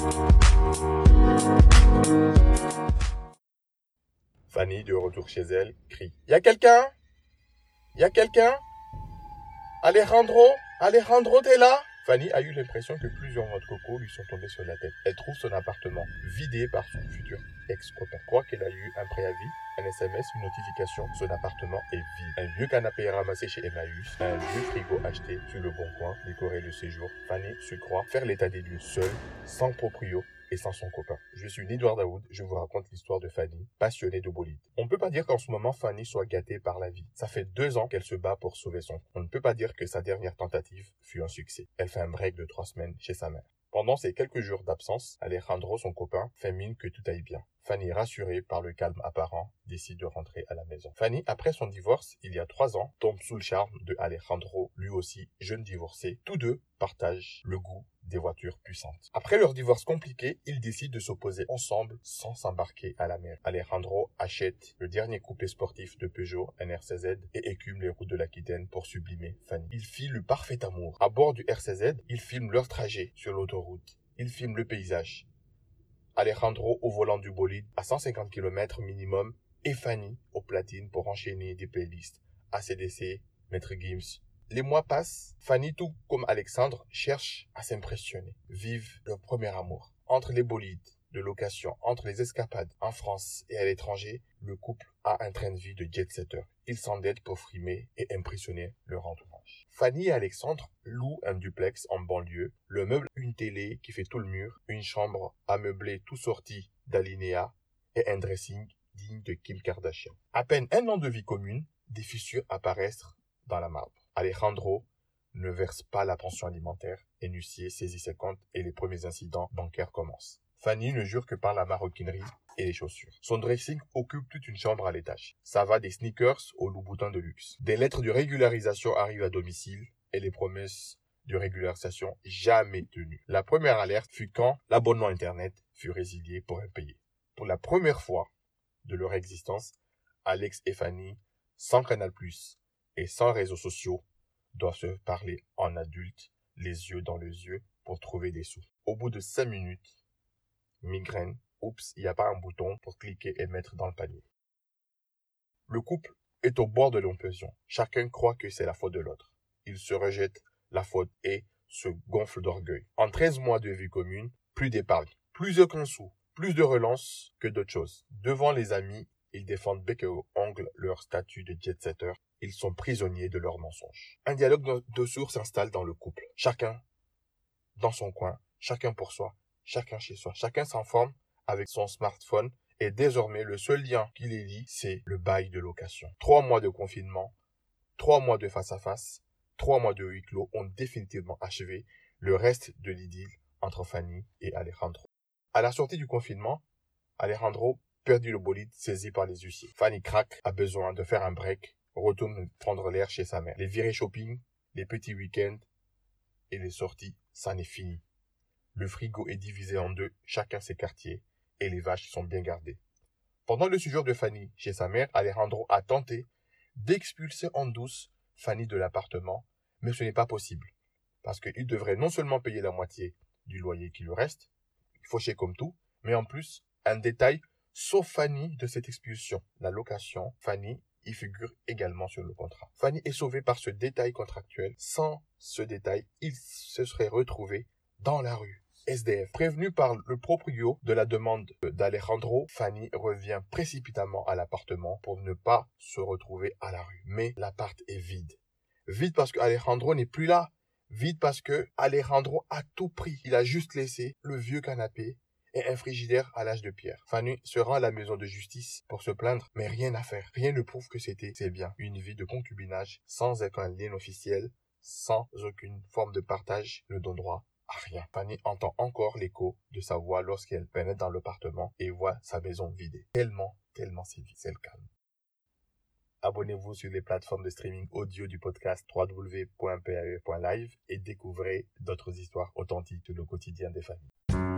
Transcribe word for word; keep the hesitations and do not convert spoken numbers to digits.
Fanny, de retour chez elle, crie « Y'a quelqu'un? Y'a quelqu'un? Alejandro? Alejandro, t'es là ?» Fanny a eu l'impression que plusieurs noix de coco lui sont tombées sur la tête. Elle trouve son appartement vidé par son futur ex-copain. Croit qu'elle a eu un préavis, un S M S, une notification. Son appartement est vide. Un vieux canapé ramassé chez Emmaüs, un vieux frigo acheté sur le Bon Coin, décoré de séjour. Fanny se croit faire l'état des lieux seule, sans proprio et sans son copain. Je suis Nidouard Daoud, je vous raconte l'histoire de Fanny, passionnée de bolide. On ne peut pas dire qu'en ce moment Fanny soit gâtée par la vie. Ça fait deux ans qu'elle se bat pour sauver son. On ne peut pas dire que sa dernière tentative fut un succès. Elle fait un break de trois semaines chez sa mère. Pendant ces quelques jours d'absence, Alejandro, son copain, fait mine que tout aille bien. Fanny, rassurée par le calme apparent, décide de rentrer à la maison. Fanny, après son divorce, il y a trois ans, tombe sous le charme de Alejandro, lui aussi jeune divorcé. Tous deux partagent le goût des voitures puissantes. Après leur divorce compliqué, ils décident de s'opposer ensemble sans s'embarquer à la mer. Alejandro achète le dernier coupé sportif de Peugeot, un R C Z, et écume les routes de l'Aquitaine pour sublimer Fanny. Il fit le parfait amour. À bord du R C Z, ils filment leur trajet sur l'autoroute. Ils filment le paysage. Alejandro au volant du bolide à cent cinquante kilomètres minimum et Fanny au platine pour enchaîner des playlists A C D C, Maître Gims. Les mois passent, Fanny, tout comme Alexandre, cherche à s'impressionner, vivent leur premier amour. Entre les bolides de location, entre les escapades en France et à l'étranger, le couple a un train de vie de jet-setter. Ils s'endettent pour frimer et impressionner leur entourage. Fanny et Alexandre louent un duplex en banlieue, le meuble, une télé qui fait tout le mur, une chambre ameubée tout sorti d'Alinéa et un dressing digne de Kim Kardashian. À peine un an de vie commune, des fissures apparaissent dans la marbre. Alejandro ne verse pas la pension alimentaire et l'huissier saisit ses comptes et les premiers incidents bancaires commencent. Fanny ne jure que par la maroquinerie et les chaussures. Son dressing occupe toute une chambre à l'étage. Ça va des sneakers aux loups-boutins de luxe. Des lettres de régularisation arrivent à domicile et les promesses de régularisation jamais tenues. La première alerte fut quand l'abonnement Internet fut résilié pour impayé. Pour la première fois de leur existence, Alex et Fanny, sans Canal plus, et sans réseaux sociaux, doivent se parler en adultes, les yeux dans les yeux, pour trouver des sous. Au bout de cinq minutes, migraine, oups, il n'y a pas un bouton pour cliquer et mettre dans le panier. Le couple est au bord de l'implosion. Chacun croit que c'est la faute de l'autre. Ils se rejettent la faute et se gonflent d'orgueil. En treize mois de vie commune, plus d'épargne, plus aucun sou, plus de relance que d'autres choses. Devant les amis, ils défendent bec et ongle leur statut de jet-setter. Ils sont prisonniers de leurs mensonges. Un dialogue de sourds s'installe dans le couple. Chacun dans son coin, chacun pour soi, chacun chez soi. Chacun s'informe avec son smartphone et désormais le seul lien qui les lie, c'est le bail de location. Trois mois de confinement, trois mois de face-à-face, trois mois de huis clos ont définitivement achevé le reste de l'idylle entre Fanny et Alejandro. À la sortie du confinement, Alejandro perdit le bolide saisi par les huissiers. Fanny craque, a besoin de faire un break, retourne prendre l'air chez sa mère. Les virées shopping, les petits week-ends et les sorties, ça n'est fini. Le frigo est divisé en deux, chacun ses quartiers, et les vaches sont bien gardées. Pendant le séjour de Fanny chez sa mère, Alejandro a tenté d'expulser en douce Fanny de l'appartement, mais ce n'est pas possible, parce qu'il devrait non seulement payer la moitié du loyer qui lui reste, fauché comme tout, mais en plus, un détail, sauf Fanny de cette expulsion, la location, Fanny y figure également sur le contrat. Fanny est sauvée par ce détail contractuel. Sans ce détail, il se serait retrouvé dans la rue. S D F. Prévenue par le proprio de la demande d'Alejandro, Fanny revient précipitamment à l'appartement pour ne pas se retrouver à la rue. Mais l'appart est vide. Vide parce que Alejandro n'est plus là. Vide parce que Alejandro a tout pris. Il a juste laissé le vieux canapé et un frigidaire à l'âge de pierre. Fanny se rend à la maison de justice pour se plaindre, mais rien à faire. Rien ne prouve que c'était, c'est bien, une vie de concubinage sans aucun lien officiel, sans aucune forme de partage, ne donne droit à rien. Fanny entend encore l'écho de sa voix lorsqu'elle pénètre dans l'appartement et voit sa maison vidée. Tellement, tellement c'est vide, c'est le calme. Abonnez-vous sur les plateformes de streaming audio du podcast w w w point p a e point live et découvrez d'autres histoires authentiques de le quotidien des familles.